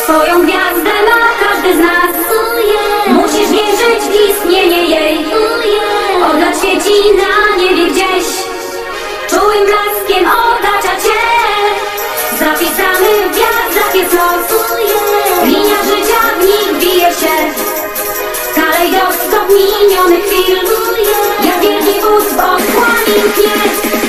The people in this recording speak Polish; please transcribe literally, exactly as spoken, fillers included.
Swoją gwiazdę ma każdy z nas. Musisz wierzyć w istnienie jej. Odlać świeci na niebie gdzieś. Czułym blaskiem otacza cię. Zapisany w gwiazdach jest los. Linia życia w nich bije się. Kalejdoskop minionych chwil. Jak wielki wóz w otchłani tnie.